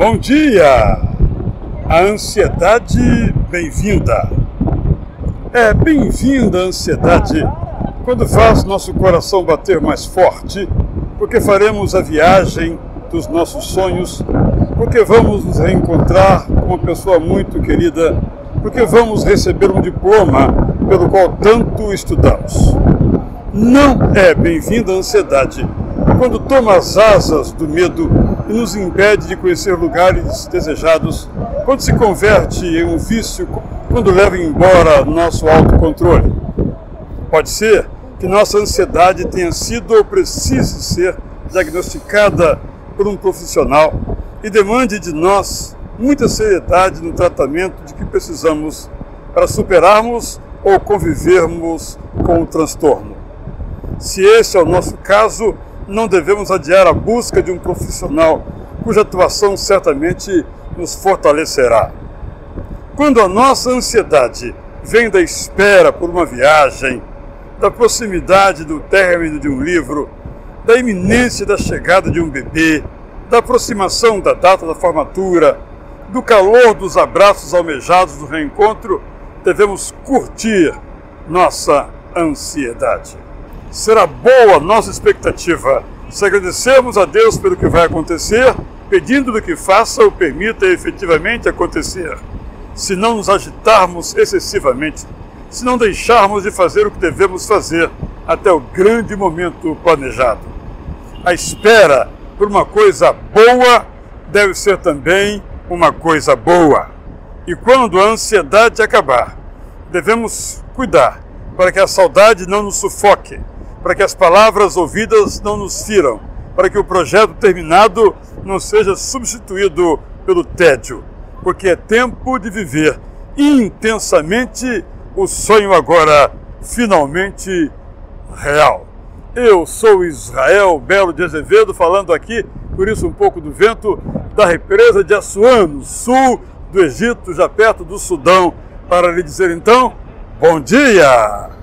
Bom dia! A ansiedade bem-vinda. É bem-vinda a ansiedade quando faz nosso coração bater mais forte, porque faremos a viagem dos nossos sonhos, porque vamos nos reencontrar com uma pessoa muito querida, porque vamos receber um diploma pelo qual tanto estudamos. Não é bem-vinda a ansiedade quando toma as asas do medo e nos impede de conhecer lugares desejados, quando se converte em um vício, quando leva embora nosso autocontrole. Pode ser que nossa ansiedade tenha sido ou precise ser diagnosticada por um profissional e demande de nós muita seriedade no tratamento de que precisamos para superarmos ou convivermos com o transtorno. Se esse é o nosso caso, não devemos adiar a busca de um profissional cuja atuação certamente nos fortalecerá. Quando a nossa ansiedade vem da espera por uma viagem, da proximidade do término de um livro, da iminência da chegada de um bebê, da aproximação da data da formatura, do calor dos abraços almejados do reencontro, devemos curtir nossa ansiedade. Será boa nossa expectativa se agradecermos a Deus pelo que vai acontecer, pedindo-lhe que faça ou permita efetivamente acontecer. Se não nos agitarmos excessivamente, se não deixarmos de fazer o que devemos fazer até o grande momento planejado. A espera por uma coisa boa deve ser também uma coisa boa. E quando a ansiedade acabar, devemos cuidar para que a saudade não nos sufoque, para que as palavras ouvidas não nos firam, para que o projeto terminado não seja substituído pelo tédio, porque é tempo de viver intensamente o sonho agora finalmente real. Eu sou Israel Belo de Azevedo, falando aqui, por isso um pouco do vento, da represa de Assuã, no sul do Egito, já perto do Sudão, para lhe dizer então, bom dia!